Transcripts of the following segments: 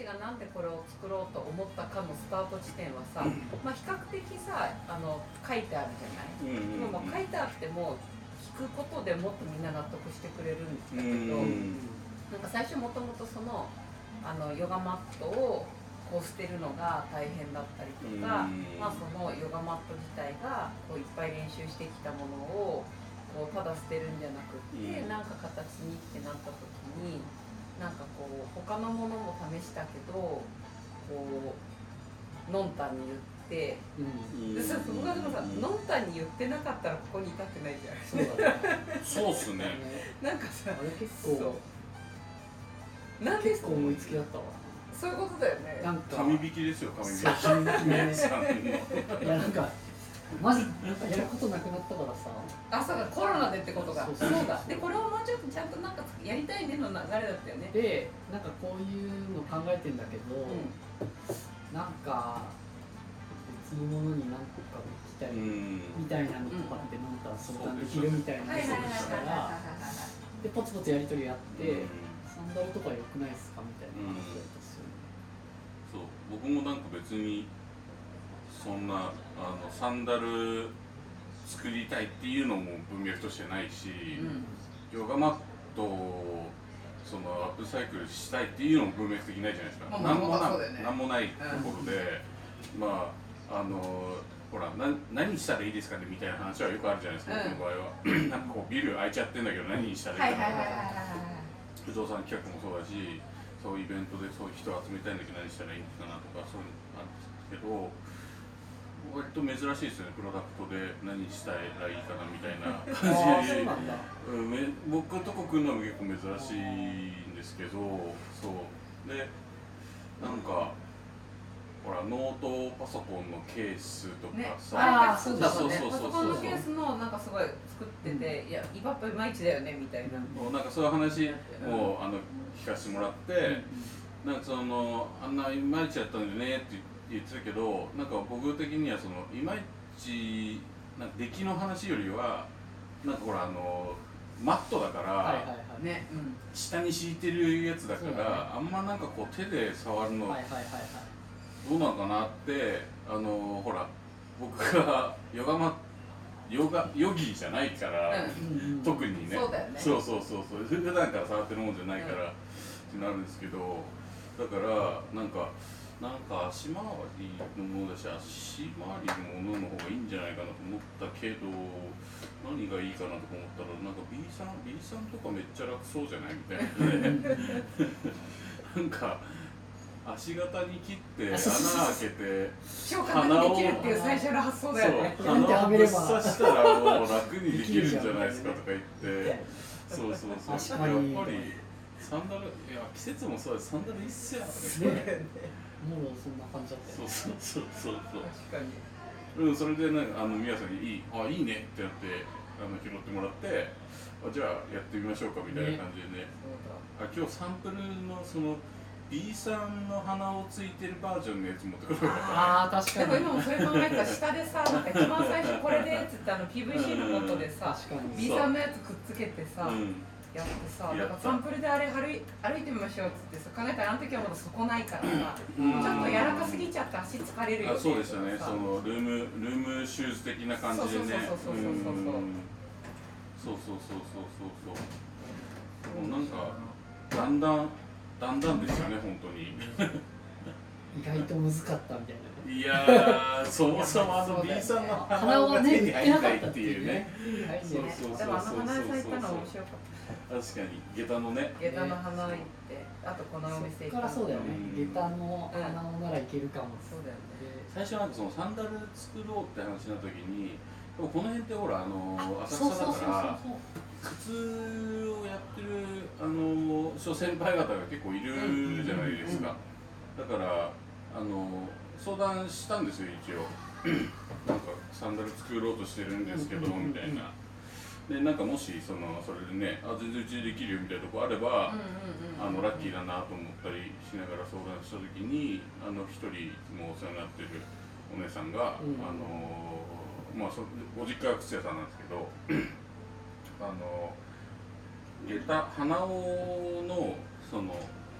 がなんでこれを作ろうと思ったかのスタート地点はさ、まあ、比較的さ書いてあるじゃない、でも書いてあっても聞くことでもっとみんな納得してくれるんだけど、なんか最初もともとそのヨガマットをこう捨てるのが大変だったりとか、まあ、そのヨガマット自体がこういっぱい練習してきたものをこうただ捨てるんじゃなくって、なんか形にってなった時になんかこう他のものも試したけどこうノンタンに言って、でそこがでもさ、ノンタンに言ってなかったらここに至ってないじゃん。 そうっすね。 なんかさ、 あれ結構なんで結構思いつきだったわ。 そういうことだよね。 なんか紙引きですよ、紙引き。 いやなんかマジなんかやることなくなったからさ。 あ、そうだ、コロナでってことが。 そうだ。でこれをもうちょっとちゃんとなんかやりたいねの流れだったよね。 でなんかこういうの考えてんだけど、なんか別のものに何個かできたりみたいなのとかってなんか相談できるみたいな話をしたら、でポツポツやり取りやって、サンダルとか良くないですかみたいな話だったっすよね。 そう、僕もなんか別にそんなサンダル作りたいっていうのも文脈としてないし、ヨガマットをそのアップサイクルしたいっていうのも文脈的ないじゃないですか。なんもないところで、まあほら何したらいいですかねみたいな話はよくあるじゃないですか、僕の場合は。なんかこうビル空いちゃってんだけど何にしたらいいかなとか、不動産企画もそうだし、そういうイベントでそういう人を集めたいんだけど何したらいいかなとかそういうのあるんですけど、割と珍しいですよね、プロダクトで何したらいいかなみたいな感じで。僕とこ来るのは結構珍しいんですけど、そうでなんかほらノートパソコンのケースとかさ、 そうだもんね。パソコンのケースのなんかすごい作ってて、いやイバップいまいちだよねみたいな。 なんかそういう話を聞かせてもらって、なんかそのあんないまいちやったんでねって言ってたけど、なんか僕的にはそのいまいちなんか出来の話よりはなんかほらマットだから下に敷いてるやつだから、あんまなんかこう手で触るのどうなのかなって、ほら僕がヨギじゃないから、特にね、そう普段から触ってるもんじゃないからってなるんですけど、だからなんか足回りのものだし、足回りのものの方がいいんじゃないかなと思ったけど、何がいいかなとか思ったら、なんか B さんとかめっちゃ楽そうじゃないみたいなね。なんか足型に切って穴開けて鼻をできるっていう最初の発想だよね。 鼻をぶっ刺したらもう楽にできるんじゃないですかとか言って、そうやっぱりサンダル、いや季節もそうです、サンダルいいっすよとか言って、 もうそんな感じだったよね。 そう確かに。 それでなんか宮さんにいいねってなって拾ってもらって、じゃあやってみましょうかみたいな感じでね。今日サンプルのその B さんの鼻をついてるバージョンのやつ持ってくるから。 ああ確かに。 でも今もそれ考えたら下でさ、なんか一番最初これでっつってPVC の元でさ、B さんのやつくっつけてさ。やってさ、だからサンプルであれ歩いてみましょうっつってさ、考えたらあの時はまだそこないからさ、ちょっと柔らかすぎちゃって足疲れるよね。 そうでしたね、そのルームシューズ的な感じでね。そうなんかだんだんですよね、本当に。 意外と難かったみたいな。 いやー、そもそもB さんの鼻を手に入りたいっていうね。 でも鼻咲いたの面白かった。 確かに下駄のね。 下駄の花行って、あとこのお店行った。 そっからそうだよね。下駄の花をならいけるかも。 そうだよね。 最初なんかそのサンダル作ろうって話の時に、でもこの辺ってほら浅草だから靴をやってる諸先輩方が結構いるじゃないですか。だから相談したんですよ一応。なんかサンダル作ろうとしてるんですけどみたいな。でなんかもしそれでね、全然うちでできるよみたいなとこあれば、ラッキーだなと思ったりしながら相談した時に、一人もお世話になってるお姉さんが、ご実家が靴屋さんなんですけど、鼻緒のその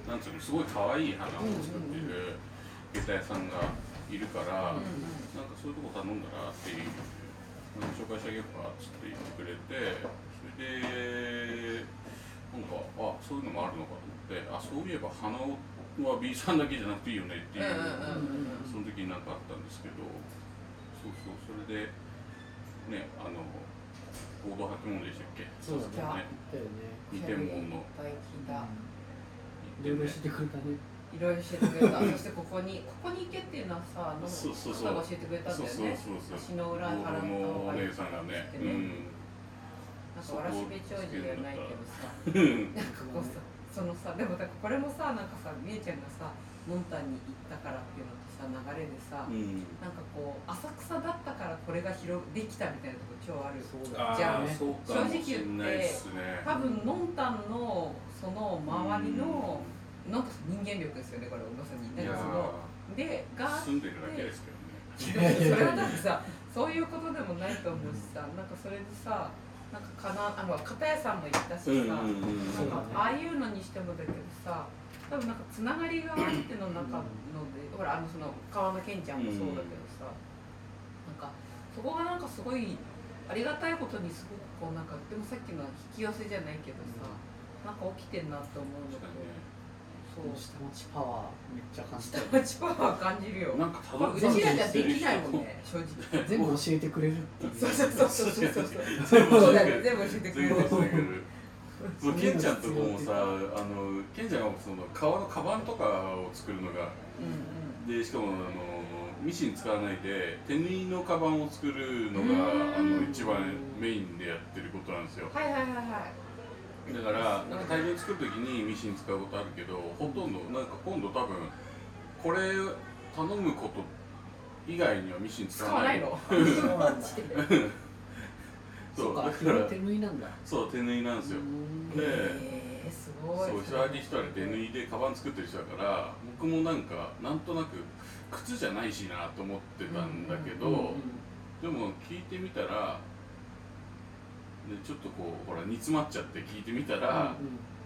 なんつうのすごい可愛い花を作っている下駄屋さんがいるから、なんかそういうとこ頼んだらっていう紹介してあげようかっつって言ってくれて、それでなんかそういうのもあるのかと思って、そういえば花は B さんだけじゃなくていいよねっていうその時になんかあったんですけど、それでね合同履物でしたっけ？ そうだね。 二天門のいろいろしてくれたね。 いろいろ教えてくれた。そしてここに行けっていうのはさ、方が教えてくれたんだよね。足の裏からのお姉さんがね、 なんかわらしべ長寿じゃないけどさ、なんかこうさ、そのさ、でもこれもさ、なんかさ、みえちゃんがさ、モンタンに行ったからっていうのとさ、流れでさ、なんかこう浅草だったからこれができたみたいなとこ超あるじゃん。正直言って多分ノンタンのその周りのなんか人間力ですよね、これまさに。なんかそのでが住んでるだけですけどね。それはだってさ、そういうことでもないと思うしさ、なんかそれでさ、なんか片屋さんも行ったしさ、なんかああいうのにしてもだけどさ、多分なんかつながりがあっての中ので、ほらその川野健ちゃんもそうだけどさ、なんかそこがなんかすごいありがたいことにすごくこうなんかでもさっきの引き寄せじゃないけどさ、なんか起きてんなって思うのと。 そう下町パワーめっちゃ感じた。 下町パワー感じるよ。 なんかうちらじゃできないもんね、正直。 全部教えてくれるっていう。 そうそうだね、全部教えてくれる。 ケンちゃんとこもさ、ケンちゃんがその革のカバンとかを作るのが、でしかもミシン使わないで手縫いのカバンを作るのが一番メインでやってることなんですよ。 はいはいはいはい。 だからなんか大量に作るときにミシン使うことあるけど、ほとんどなんか今度多分これ頼むこと以外にはミシン使わないの。 そうなんだ。そうか、手縫いなんだ。 そう、手縫いなんですよ。 すごい。 そう、一人一人手縫いでカバン作ってる人だから、僕もなんとなく靴じゃないしなと思ってたんだけど、でも聞いてみたら、でちょっとこうほら煮詰まっちゃって聞いてみたら、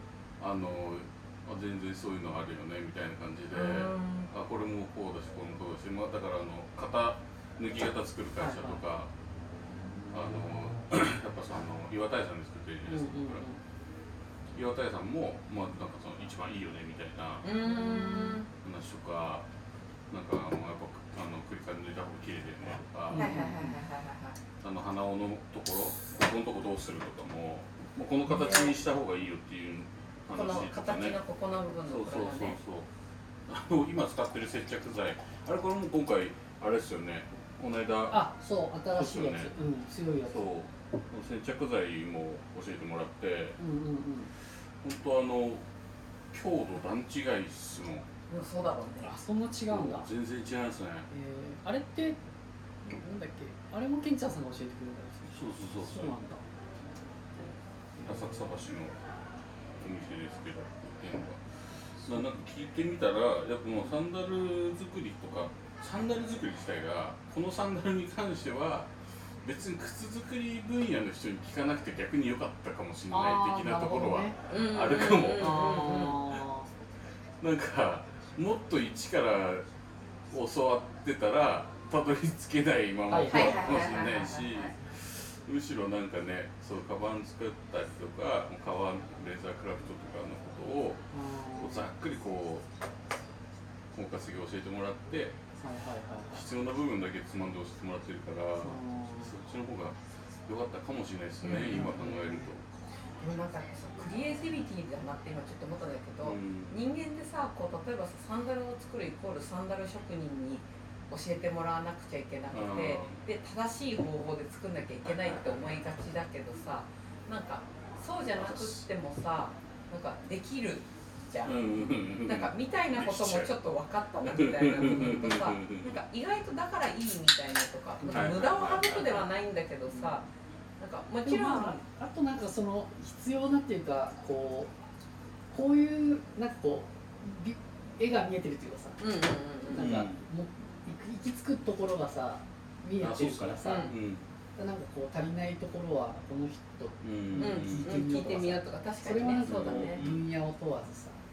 全然そういうのあるよねみたいな感じで、これもこうだしこれもこうだし、だから型抜き型作る会社とか、やっぱ岩田屋さんで作ってるじゃないですか。岩田屋さんもなんかその一番いいよねみたいな話とか、なんかやっぱ繰り返し抜いた方が綺麗だよねとか、鼻緒のところ、ここのとこどうするとかも、この形にした方がいいよっていう話とかね。 ここの形のここの部分のところね。 そう今使ってる接着剤、これも今回あれですよね。この間。 そう、新しいやつ、強いやつ。 そう、接着剤も教えてもらって、本当強度段違いっすもん。 そうだろうね。 そんな違うんだ。 全然違いますね。 あれってなんだっけ、あれもケンちゃんさんが教えてくれたんですよ。そうなんだ。浅草橋のお店ですけど、なんか聞いてみたら、やっぱもうサンダル作りとか、サンダル作り自体がこのサンダルに関しては別に靴作り分野の人に聞かなくて逆に良かったかもしれない的なところはあるかも。なんかもっと一から教わってたらたどり着けないままかもしれないし、むしろなんかね、そうカバン作ったりとか革レーザークラフトとかのことをざっくりこう根幹的に教えてもらって、必要な部分だけつまんで教えてもらってるから、そっちの方が良かったかもしれないですね、今考えると。 でもなんかクリエイティビティだなって今ちょっと思ったんだけど、人間でさ、こう例えばサンダルを作るイコールサンダル職人に教えてもらわなくちゃいけなくて、で正しい方法で作んなきゃいけないって思いがちだけどさ、なんかそうじゃなくってもさ、なんかできるじゃん、なんかみたいなこともちょっと分かったなみたいな部分とさ、なんか意外とだからいいみたいなとか、なんか無駄を省くではないんだけどさ、なんかもちろんあとなんかその必要なっていうか、こういうなんかこう絵が見えてるっていうかさ、なんかも行き着くところがさ見えてるからさ、なんかこう足りないところはこの人聞いてみようとかさ、 確かにね、そうだね。 分野を問わずさ、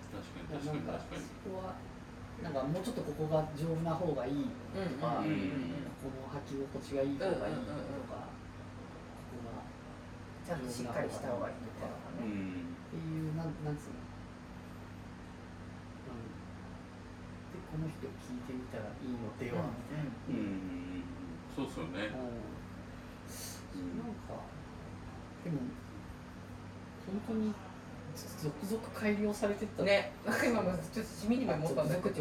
確かに確かにそこはなんかもうちょっとここが丈夫な方がいいとか、この履き心地がいい方がいいとか、ここがちゃんとしっかりした方がいいとかっていうなんつうの、でこの人聞いてみたらいいのではみたいな、 そうっすよね。 なんかでも本当に続々改良されてったね。なんか今もちょっと地味にも思ったんだけど。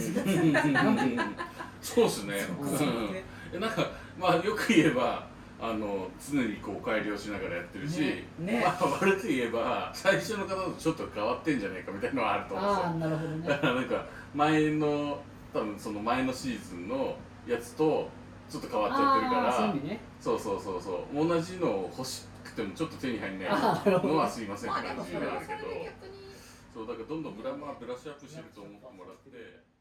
そうっすね。なんかまあよく言えば常にこう改良しながらやってるし、まあ悪く言えば最初の方とちょっと変わってんじゃないかみたいなのはあると思うんですよ。 なるほどね。 だからなんか多分その前のシーズンのやつとちょっと変わっちゃってるから、そう同じの欲しくてもちょっと手に入んないのはすいませんって感じがあるけど、そうだからどんどんブラッシュアップしてると思ってもらって。